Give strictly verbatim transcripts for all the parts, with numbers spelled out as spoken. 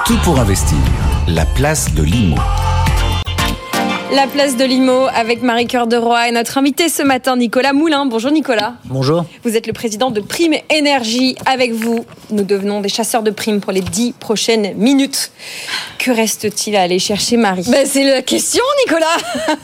Tout pour investir, la place de l'I M O. La place de l'I M O avec Marie-Cœur de Roy et notre invité ce matin, Nicolas Moulin. Bonjour Nicolas. Bonjour. Vous êtes le président de Prime Énergie. Avec vous, nous devenons des chasseurs de primes pour les dix prochaines minutes. Que reste-t-il à aller chercher, Marie ? Ben, c'est la question, Nicolas.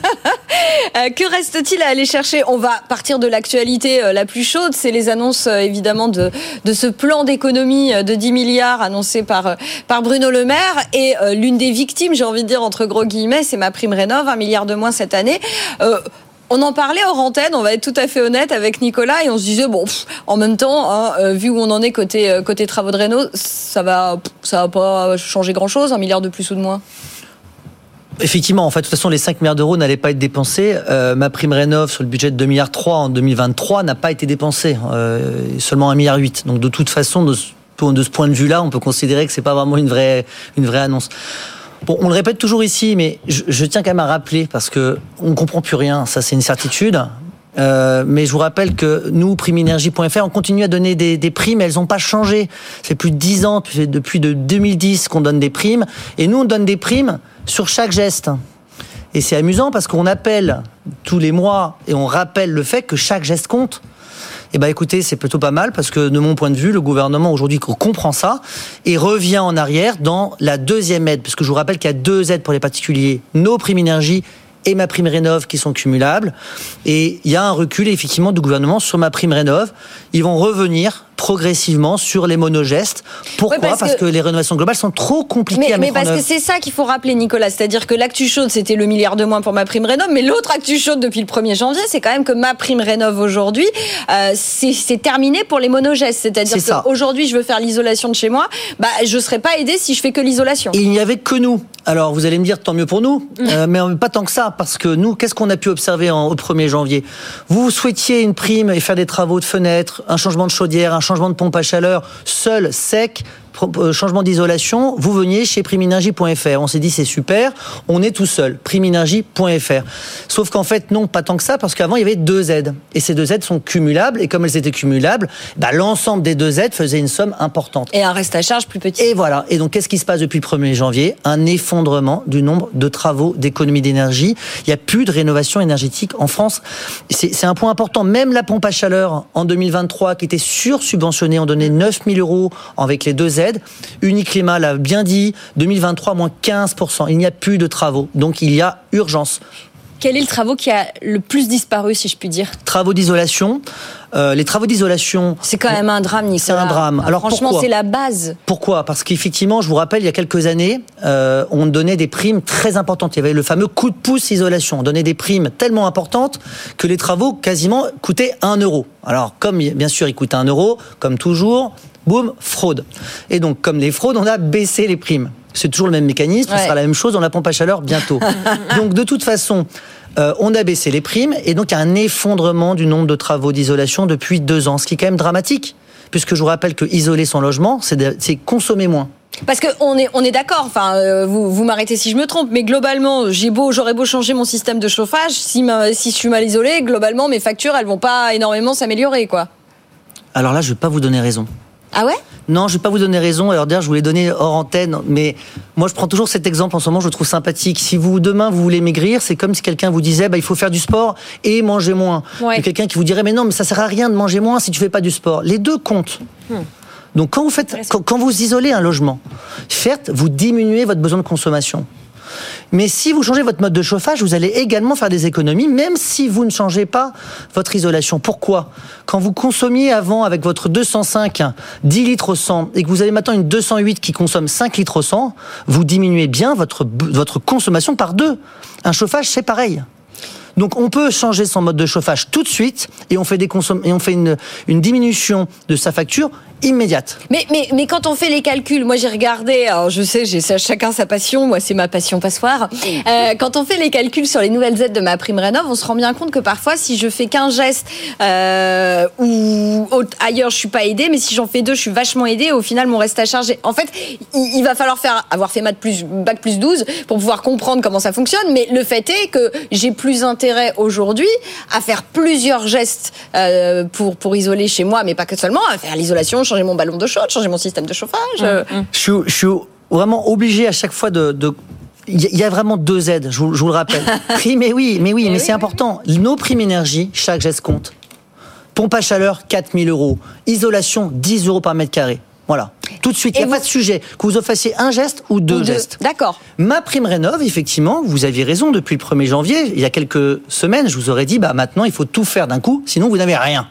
euh, Que reste-t-il à aller chercher ? On va partir de l'actualité euh, la plus chaude. C'est les annonces, euh, évidemment, de, de ce plan d'économie de dix milliards annoncé par, euh, par Bruno Le Maire. Et euh, l'une des victimes, j'ai envie de dire, entre gros guillemets, c'est MaPrimeRénov', un milliard de moins cette année. Euh, On en parlait hors antenne, on va être tout à fait honnête avec Nicolas, et on se disait, bon, pff, en même temps, hein, euh, vu où on en est côté, euh, côté travaux de réno, ça va, pff, ça va pas changer grand-chose, un milliard de plus ou de moins. Effectivement, en fait, de toute façon, les cinq milliards d'euros n'allaient pas être dépensés. Euh, MaPrimeRénov', sur le budget de deux virgule trois milliards en deux mille vingt-trois, n'a pas été dépensé. Euh, seulement un virgule huit milliard. Donc, de toute façon, de ce, de ce point de vue-là, on peut considérer que c'est pas vraiment une vraie, une vraie annonce. Bon, on le répète toujours ici, mais je, je tiens quand même à rappeler, parce que on ne comprend plus rien, ça c'est une certitude. Euh, mais je vous rappelle que nous, prime énergie point f r, on continue à donner des, des primes, elles n'ont pas changé. C'est plus de dix ans, depuis de deux mille dix qu'on donne des primes, et nous on donne des primes sur chaque geste. Et c'est amusant parce qu'on appelle tous les mois et on rappelle le fait que chaque geste compte. Eh ben, écoutez, c'est plutôt pas mal parce que de mon point de vue, le gouvernement aujourd'hui comprend ça et revient en arrière dans la deuxième aide. Parce que je vous rappelle qu'il y a deux aides pour les particuliers. Nos primes énergie et MaPrimeRénov' qui sont cumulables. Et il y a un recul, effectivement, du gouvernement sur MaPrimeRénov'. Ils vont revenir progressivement sur les monogestes. Pourquoi ? ouais, parce, parce que... que les rénovations globales sont trop compliquées mais, à mettre mais en œuvre. Mais parce que c'est ça qu'il faut rappeler, Nicolas. C'est-à-dire que l'actu chaude, c'était le milliard de moins pour MaPrimeRénov', mais l'autre actu chaude depuis le premier janvier, c'est quand même que MaPrimeRénov' aujourd'hui, euh, c'est, c'est terminé pour les monogestes. C'est-à-dire c'est qu'aujourd'hui, je veux faire l'isolation de chez moi, bah, je ne serai pas aidé si je fais que l'isolation. Et il n'y avait que nous. Alors, vous allez me dire, tant mieux pour nous, euh, mais pas tant que ça, parce que nous, qu'est-ce qu'on a pu observer en, au premier janvier ? Vous souhaitiez une prime et faire des travaux de fenêtres, un changement de chaudière, un changement de pompe à chaleur, seul, sec, changement d'isolation, vous veniez chez prime énergie point f r. On s'est dit c'est super, on est tout seul, prime énergie point f r. Sauf qu'en fait non, pas tant que ça, parce qu'avant il y avait deux aides. Et ces deux aides sont cumulables, et comme elles étaient cumulables, bah, l'ensemble des deux aides faisait une somme importante. Et un reste à charge plus petit. Et voilà. Et donc qu'est-ce qui se passe depuis le premier janvier ? Un effondrement du nombre de travaux d'économie d'énergie. Il n'y a plus de rénovation énergétique en France. C'est, c'est un point important. Même la pompe à chaleur en deux mille vingt-trois, qui était sursubventionnée, on donnait neuf mille euros avec les deux aides. Uniclimat l'a bien dit, deux mille vingt-trois, moins quinze pour cent. Il n'y a plus de travaux. Donc il y a urgence. Quel est le travaux qui a le plus disparu, si je puis dire ? Travaux d'isolation. Euh, les travaux d'isolation... C'est quand même un drame, Nicolas. C'est un drame. Alors, Alors franchement, pourquoi ? c'est la base. Pourquoi ? Parce qu'effectivement, je vous rappelle, il y a quelques années, euh, on donnait des primes très importantes. Il y avait le fameux coup de pouce isolation. On donnait des primes tellement importantes que les travaux quasiment coûtaient un euro. Alors, comme bien sûr, ils coûtaient un euro, comme toujours, boum, fraude. Et donc, comme les fraudes, on a baissé les primes. C'est toujours le même mécanisme, ouais. Ce sera la même chose dans la pompe à chaleur bientôt. Donc, de toute façon... Euh, on a baissé les primes et donc il y a un effondrement du nombre de travaux d'isolation depuis deux ans, ce qui est quand même dramatique, puisque je vous rappelle que isoler son logement, c'est, de, c'est consommer moins. Parce que on est on est d'accord. Enfin, euh, vous vous m'arrêtez si je me trompe, mais globalement, j'ai beau j'aurais beau changer mon système de chauffage, si ma, si je suis mal isolé, globalement mes factures elles vont pas énormément s'améliorer, quoi. Alors là, je vais pas vous donner raison. Ah ouais ? Non, je vais pas vous donner raison. Alors d'ailleurs, je vous l'ai donné hors antenne, mais moi je prends toujours cet exemple en ce moment, je le trouve sympathique. Si vous demain vous voulez maigrir, c'est comme si quelqu'un vous disait bah il faut faire du sport et manger moins. Ouais. Et quelqu'un qui vous dirait mais non, mais ça sert à rien de manger moins si tu fais pas du sport. Les deux comptent. Hmm. Donc quand vous faites quand, quand vous isolez un logement, certes, vous diminuez votre besoin de consommation. Mais si vous changez votre mode de chauffage, vous allez également faire des économies, même si vous ne changez pas votre isolation. Pourquoi ? Quand vous consommiez avant avec votre deux cent cinq, dix litres au cent, et que vous avez maintenant une deux cent huit qui consomme cinq litres au cent, vous diminuez bien votre, votre consommation par deux. Un chauffage, c'est pareil. Donc on peut changer son mode de chauffage tout de suite et on fait, des consom- et on fait une, une diminution de sa facture immédiate. Mais, mais, mais quand on fait les calculs, moi j'ai regardé, alors je sais, j'ai chacun sa passion, moi c'est ma passion passoire. Euh, quand on fait les calculs sur les nouvelles aides de MaPrimeRénov', on se rend bien compte que parfois si je fais qu'un geste euh, ou ailleurs je suis pas aidée, mais si j'en fais deux je suis vachement aidée, au final mon reste à charge. En fait, il, il va falloir faire, avoir fait maths plus, bac plus douze pour pouvoir comprendre comment ça fonctionne, mais le fait est que j'ai plus intérêt aujourd'hui à faire plusieurs gestes euh, pour, pour isoler chez moi, mais pas que seulement, à faire l'isolation, changer mon ballon d'eau chaude, changer mon système de chauffage. Mmh. Je suis, je suis vraiment obligé à chaque fois de... de... Il y a vraiment deux aides, je vous, je vous le rappelle. Prime, mais oui, mais oui, mais, mais oui, c'est oui. important. Nos primes énergie, chaque geste compte. Pompe à chaleur, quatre mille euros. Isolation, dix euros par mètre carré. Voilà. Tout de suite, il n'y a vous... pas de sujet. Que vous fassiez un geste ou deux, ou deux. gestes. D'accord. Ma prime rénov, effectivement, vous aviez raison, depuis le premier janvier, il y a quelques semaines, je vous aurais dit, bah maintenant, il faut tout faire d'un coup, sinon vous n'avez rien.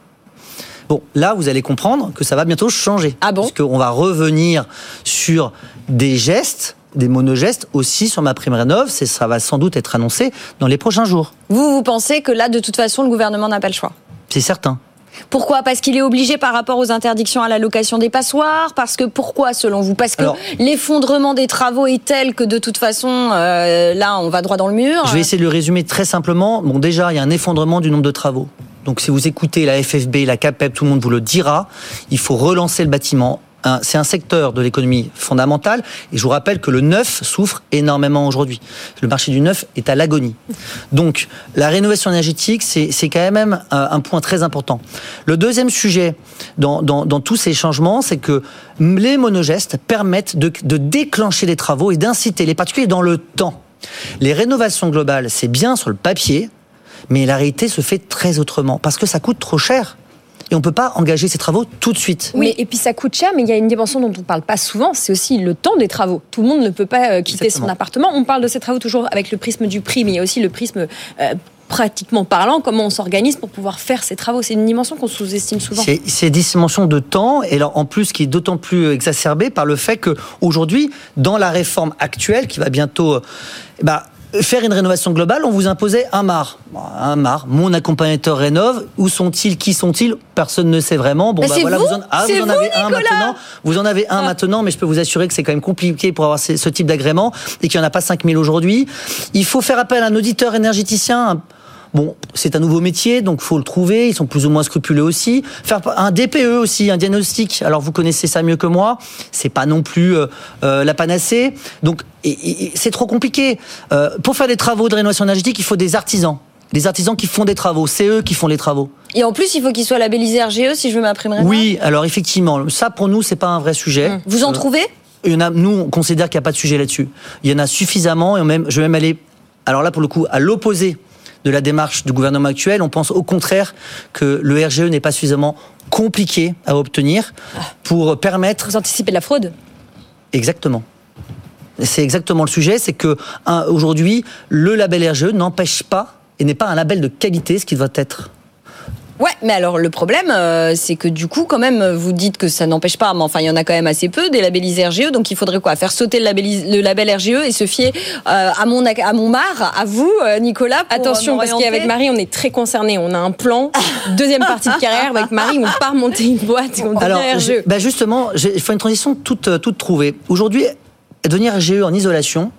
Bon, là, vous allez comprendre que ça va bientôt changer. Ah bon ? Parce qu'on va revenir sur des gestes, des monogestes aussi sur ma prime rénov. C'est, ça va sans doute être annoncé dans les prochains jours. Vous, vous pensez que là, de toute façon, le gouvernement n'a pas le choix ? C'est certain. Pourquoi ? Parce qu'il est obligé par rapport aux interdictions à la location des passoires ? Parce que pourquoi, selon vous ? Parce que Alors, l'effondrement des travaux est tel que de toute façon, euh, là, on va droit dans le mur. Je vais essayer de le résumer très simplement. Bon, déjà, il y a un effondrement du nombre de travaux. Donc, si vous écoutez la F F B, la CAPEB, tout le monde vous le dira. Il faut relancer le bâtiment. C'est un secteur de l'économie fondamental. Et je vous rappelle que le neuf souffre énormément aujourd'hui. Le marché du neuf est à l'agonie. Donc, la rénovation énergétique, c'est, c'est quand même un point très important. Le deuxième sujet dans, dans, dans tous ces changements, c'est que les monogestes permettent de, de déclencher les travaux et d'inciter les particuliers dans le temps. Les rénovations globales, c'est bien sur le papier, mais la réalité se fait très autrement, parce que ça coûte trop cher. Et on ne peut pas engager ces travaux tout de suite. Oui, et puis ça coûte cher, mais il y a une dimension dont on ne parle pas souvent, c'est aussi le temps des travaux. Tout le monde ne peut pas quitter Exactement. son appartement. On parle de ces travaux toujours avec le prisme du prix, mais il y a aussi le prisme euh, pratiquement parlant, comment on s'organise pour pouvoir faire ces travaux. C'est une dimension qu'on sous-estime souvent. C'est, c'est une dimension de temps, et là, en plus qui est d'autant plus exacerbée par le fait qu'aujourd'hui, dans la réforme actuelle, qui va bientôt... Euh, bah, faire une rénovation globale, on vous imposait un M A R. Un M A R, mon accompagnateur rénove. Où sont-ils ? Qui sont-ils ? Personne ne sait vraiment. Bon, bah c'est voilà, vous, vous en, ah, c'est vous en vous, avez Nicolas. un maintenant. Vous en avez un ah. maintenant, mais je peux vous assurer que c'est quand même compliqué pour avoir ce, ce type d'agrément et qu'il n'y en a pas cinq mille aujourd'hui. Il faut faire appel à un auditeur énergéticien. Un, Bon, c'est un nouveau métier, donc faut le trouver. Ils sont plus ou moins scrupuleux aussi. Faire un D P E aussi, un diagnostic. Alors vous connaissez ça mieux que moi. C'est pas non plus euh, euh, la panacée. Donc et, et, c'est trop compliqué. Euh, pour faire des travaux de rénovation énergétique, il faut des artisans. Des artisans qui font des travaux. C'est eux qui font les travaux. Et en plus, il faut qu'ils soient labellisés R G E si je veux m'imprimer. Oui, alors effectivement, ça pour nous c'est pas un vrai sujet. Mmh. Vous en euh, trouvez ? Il y en a. Nous, on considère qu'il n'y a pas de sujet là-dessus. Il y en a suffisamment et même, je vais même aller. Alors là, pour le coup, à l'opposé de la démarche du gouvernement actuel. On pense au contraire que le R G E n'est pas suffisamment compliqué à obtenir pour permettre... Vous anticipez de la fraude ? Exactement. C'est exactement le sujet, c'est que un, aujourd'hui, le label R G E n'empêche pas et n'est pas un label de qualité, ce qui doit être. Ouais, mais alors le problème, euh, c'est que du coup, quand même, vous dites que ça n'empêche pas, mais enfin, il y en a quand même assez peu des labellisés R G E, donc il faudrait quoi ? Faire sauter le, labellis- le label R G E et se fier euh, à mon à mon M A R, à vous, euh, Nicolas. Pour Attention, parce qu'avec Marie, on est très concernés. On a un plan, deuxième partie de carrière avec Marie, on part monter une boîte et on devient alors, R G E. Bah justement, il faut une transition toute toute trouvée. Aujourd'hui, devenir R G E en isolation,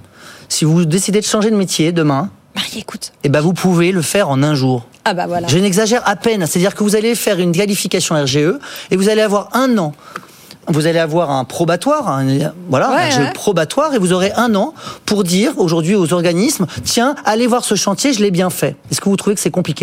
si vous décidez de changer de métier demain. Marie, écoute. Eh ben, vous pouvez le faire en un jour. Ah bah voilà. Je n'exagère à peine. C'est-à-dire que vous allez faire une qualification R G E et vous allez avoir un an. Vous allez avoir un probatoire, un, voilà, ouais, un R G E ouais. probatoire, et vous aurez un an pour dire aujourd'hui aux organismes, tiens, allez voir ce chantier, je l'ai bien fait. Est-ce que vous trouvez que c'est compliqué ?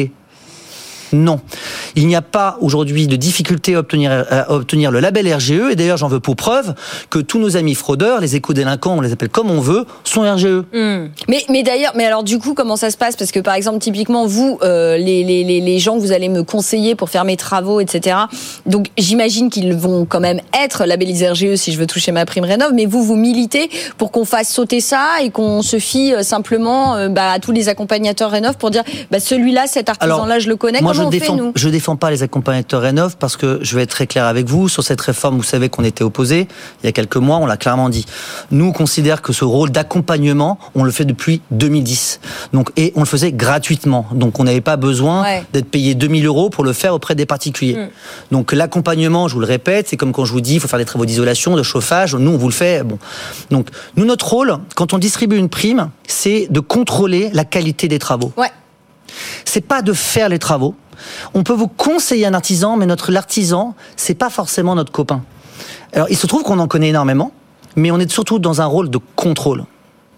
Non. Il n'y a pas aujourd'hui de difficulté à obtenir, à obtenir le label R G E. Et d'ailleurs, j'en veux pour preuve que tous nos amis fraudeurs, les éco-délinquants, on les appelle comme on veut, sont R G E. Mmh. Mais, mais d'ailleurs, mais alors du coup, comment ça se passe ? Parce que par exemple, typiquement, vous, euh, les, les, les, les gens que vous allez me conseiller pour faire mes travaux, et cetera. Donc, j'imagine qu'ils vont quand même être labellisés R G E si je veux toucher ma prime rénov. Mais vous, vous militez pour qu'on fasse sauter ça et qu'on se fie simplement euh, bah, à tous les accompagnateurs rénov pour dire, bah, celui-là, cet artisan-là, alors, je le connais. Moi, Comment je on défends, fait, nous ? je défends pas les accompagnateurs rénov parce que je vais être très clair avec vous sur cette réforme. Vous savez qu'on était opposés il y a quelques mois, on l'a clairement dit. Nous, on considère que ce rôle d'accompagnement, on le fait depuis deux mille dix. Donc, et on le faisait gratuitement. Donc, on n'avait pas besoin ouais. d'être payé deux mille euros pour le faire auprès des particuliers. Mmh. Donc, l'accompagnement, je vous le répète, c'est comme quand je vous dis, il faut faire des travaux d'isolation, de chauffage. Nous, on vous le fait. Bon. Donc, nous, notre rôle, quand on distribue une prime, c'est de contrôler la qualité des travaux. Ouais. C'est pas de faire les travaux. On peut vous conseiller un artisan, mais notre l'artisan, c'est pas forcément notre copain. Alors, il se trouve qu'on en connaît énormément, mais on est surtout dans un rôle de contrôle.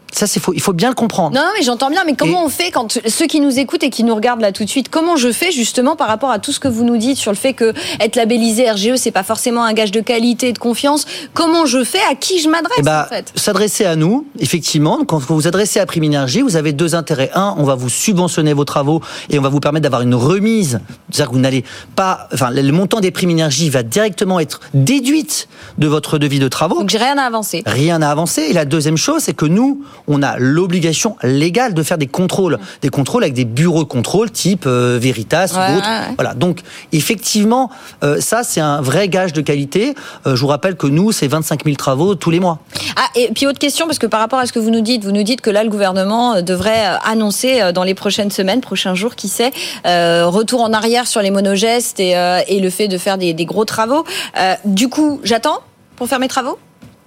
Ça, c'est faux. Il faut bien le comprendre. Non, non, mais j'entends bien. Mais comment et... on fait quand ceux qui nous écoutent et qui nous regardent là tout de suite, comment je fais justement par rapport à tout ce que vous nous dites sur le fait que être labellisé R G E, c'est pas forcément un gage de qualité et de confiance. Comment je fais? À qui je m'adresse, eh ben, en fait? S'adresser à nous, effectivement. Quand vous vous adressez à Prime Énergie, vous avez deux intérêts. Un, on va vous subventionner vos travaux et on va vous permettre d'avoir une remise. C'est-à-dire que vous n'allez pas, enfin, le montant des primes énergie va directement être déduite de votre devis de travaux. Donc j'ai rien à avancer. Rien à avancer. Et la deuxième chose, c'est que nous, on a l'obligation légale de faire des contrôles, des contrôles avec des bureaux de contrôle type euh, Veritas ouais, ou autres. Ouais. Voilà. Donc effectivement, euh, ça c'est un vrai gage de qualité. Euh, je vous rappelle que nous, c'est vingt-cinq mille travaux tous les mois. Ah, et puis autre question, parce que par rapport à ce que vous nous dites, vous nous dites que là le gouvernement devrait annoncer dans les prochaines semaines, prochains jours, qui sait, euh, retour en arrière sur les monogestes et, euh, et le fait de faire des, des gros travaux. Euh, du coup, j'attends pour faire mes travaux?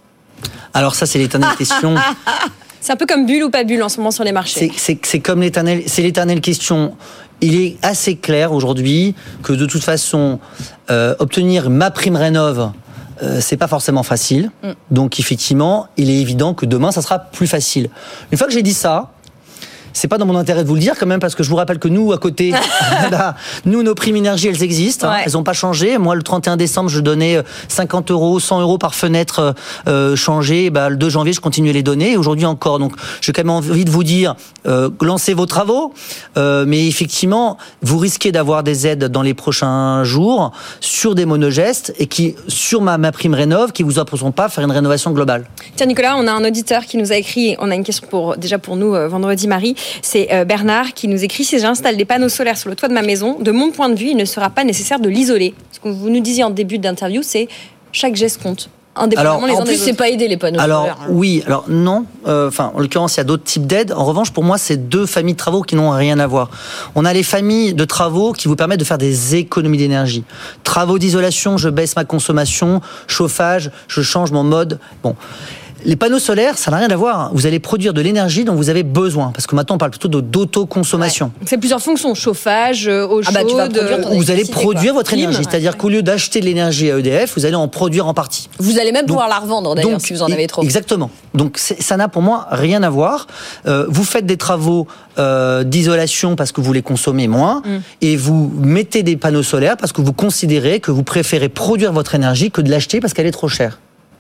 Alors ça, c'est l'éternelle question. C'est un peu comme bulle ou pas bulle en ce moment sur les marchés. C'est, c'est, c'est comme l'éternelle, c'est l'éternelle question. Il est assez clair aujourd'hui que de toute façon, euh, obtenir ma prime rénov', euh, c'est pas forcément facile. Mm. Donc effectivement, il est évident que demain, ça sera plus facile. Une fois que j'ai dit ça, c'est pas dans mon intérêt de vous le dire quand même, parce que je vous rappelle que nous, à côté, bah, nous, nos primes énergie, elles existent, ouais. hein, elles n'ont pas changé. Moi, le trente et un décembre, je donnais cinquante euros, cent euros par fenêtre euh, changée. Bah, le deux janvier, je continue à les donner. Et aujourd'hui encore. Donc, j'ai quand même envie de vous dire, euh, lancez vos travaux. Euh, mais effectivement, vous risquez d'avoir des aides dans les prochains jours sur des monogestes et qui, sur ma, ma prime rénov', qui vous imposeront pas faire une rénovation globale. Tiens, Nicolas, on a un auditeur qui nous a écrit, on a une question pour, déjà pour nous, euh, vendredi, Marie. C'est euh, Bernard qui nous écrit: si j'installe des panneaux solaires sur le toit de ma maison, de mon point de vue, il ne sera pas nécessaire de l'isoler. Ce que vous nous disiez en début d'interview, c'est chaque geste compte. Alors, les en plus, c'est pas aider les panneaux alors, solaires. Oui, alors non. Enfin, euh, en l'occurrence, il y a d'autres types d'aides. En revanche, pour moi, c'est deux familles de travaux qui n'ont rien à voir. On a les familles de travaux qui vous permettent de faire des économies d'énergie. Travaux d'isolation, je baisse ma consommation. Chauffage, je change mon mode. Bon. Les panneaux solaires, ça n'a rien à voir. Vous allez produire de l'énergie dont vous avez besoin. Parce que maintenant, on parle plutôt d'autoconsommation. Ouais. C'est plusieurs fonctions. Chauffage, eau ah bah, chaude... Vous, vous allez produire quoi. votre énergie. Ouais. C'est-à-dire ouais. qu'au lieu d'acheter de l'énergie à E D F, vous allez en produire en partie. Vous allez même donc, pouvoir la revendre, d'ailleurs, donc, si vous en avez trop. Exactement. Donc, ça n'a pour moi rien à voir. Euh, vous faites des travaux euh, d'isolation parce que vous les consommez moins. Mm. Et vous mettez des panneaux solaires parce que vous considérez que vous préférez produire votre énergie que de l'acheter parce qu'elle est trop chère.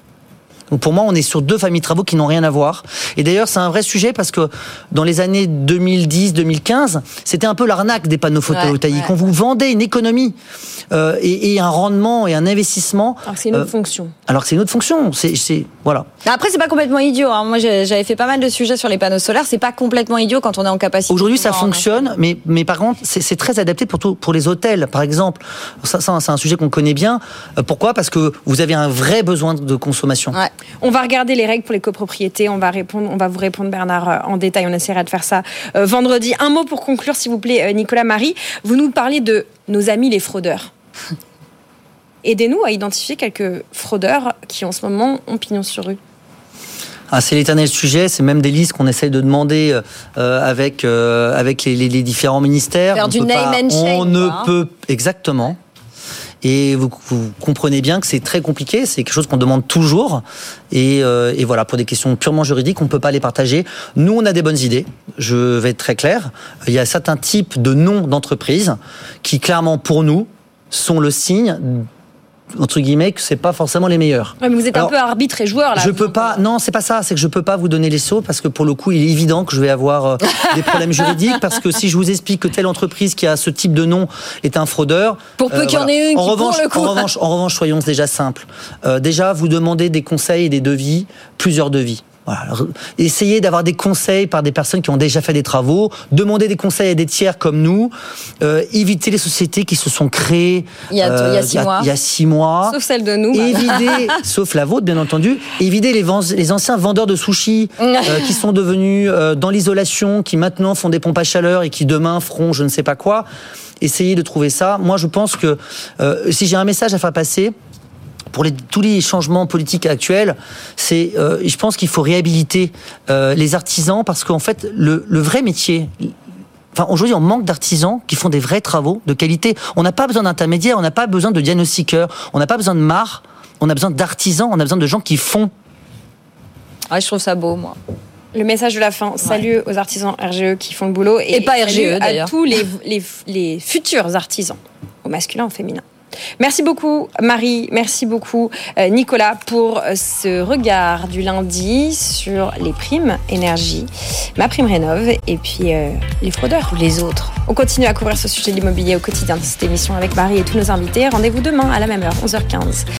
Donc pour moi, on est sur deux familles de travaux qui n'ont rien à voir. Et d'ailleurs, c'est un vrai sujet parce que dans les années deux mille dix deux mille quinze, c'était un peu l'arnaque des panneaux photovoltaïques. Ouais, ouais. On vous vendait une économie euh, et, et un rendement et un investissement. Alors que c'est une autre euh, fonction. Alors que c'est une autre fonction. C'est, c'est, voilà. Après, c'est pas complètement idiot. Hein. Moi, j'avais fait pas mal de sujets sur les panneaux solaires. C'est pas complètement idiot quand on est en capacité. Aujourd'hui, ça fonctionne, mais, mais par contre, c'est, c'est très adapté pour, tout, pour les hôtels, par exemple. Ça, ça, c'est un sujet qu'on connaît bien. Pourquoi ? Parce que vous avez un vrai besoin de consommation. Ouais. On va regarder les règles pour les copropriétés. On va répondre, on va vous répondre, Bernard, en détail. On essaiera de faire ça euh, vendredi. Un mot pour conclure, s'il vous plaît, euh, Nicolas, Marie. Vous nous parlez de nos amis les fraudeurs. Aidez-nous à identifier quelques fraudeurs qui, en ce moment, ont pignon sur rue. Ah, c'est l'éternel sujet. C'est même des listes qu'on essaye de demander euh, avec euh, avec les, les, les différents ministères. Faire du name and shame. On ne peut exactement. Et vous, vous comprenez bien que c'est très compliqué, c'est quelque chose qu'on demande toujours. Et, euh, et voilà, pour des questions purement juridiques, on ne peut pas les partager. Nous, on a des bonnes idées, je vais être très clair. Il y a certains types de noms d'entreprises qui, clairement, pour nous, sont le signe, entre guillemets, que c'est pas forcément les meilleurs. Ouais, mais vous êtes Alors, un peu arbitre et joueur, là. Je peux pas, non, c'est pas ça, c'est que je peux pas vous donner les sceaux parce que pour le coup, il est évident que je vais avoir euh, des problèmes juridiques parce que si je vous explique que telle entreprise qui a ce type de nom est un fraudeur. Pour peu euh, qu'il y voilà. en ait une en qui revanche, pour le coup. En revanche, en revanche, soyons déjà simples. Euh, déjà, vous demandez des conseils et des devis, plusieurs devis. Voilà. Essayez d'avoir des conseils par des personnes qui ont déjà fait des travaux, demandez des conseils à des tiers comme nous, euh, évitez les sociétés qui se sont créées il y a, euh, il y a, six, il y a, mois. Il y a six mois. Sauf celle de nous. Évitez, sauf la vôtre bien entendu, évitez les, les anciens vendeurs de sushis euh, qui sont devenus euh, dans l'isolation, qui maintenant font des pompes à chaleur et qui demain feront je ne sais pas quoi. Essayez de trouver ça. Moi je pense que euh, si j'ai un message à faire passer, pour les, tous les changements politiques actuels, c'est, euh, je pense qu'il faut réhabiliter euh, les artisans parce qu'en fait, le, le vrai métier... Enfin, aujourd'hui, on manque d'artisans qui font des vrais travaux de qualité. On n'a pas besoin d'intermédiaires, on n'a pas besoin de diagnostiqueurs, on n'a pas besoin de mares, on a besoin d'artisans, on a besoin de gens qui font. Ah, je trouve ça beau, moi. Le message de la fin. Salut ouais. aux artisans R G E qui font le boulot. Et, et pas R G E d'ailleurs. À tous les, les, les futurs artisans, au masculin, au féminin. Merci beaucoup Marie, merci beaucoup Nicolas pour ce regard du lundi sur les primes énergie, ma prime rénov et puis euh, les fraudeurs, les autres. On continue à couvrir ce sujet de l'immobilier au quotidien de cette émission avec Marie et tous nos invités. Rendez-vous demain à la même heure, onze heures quinze.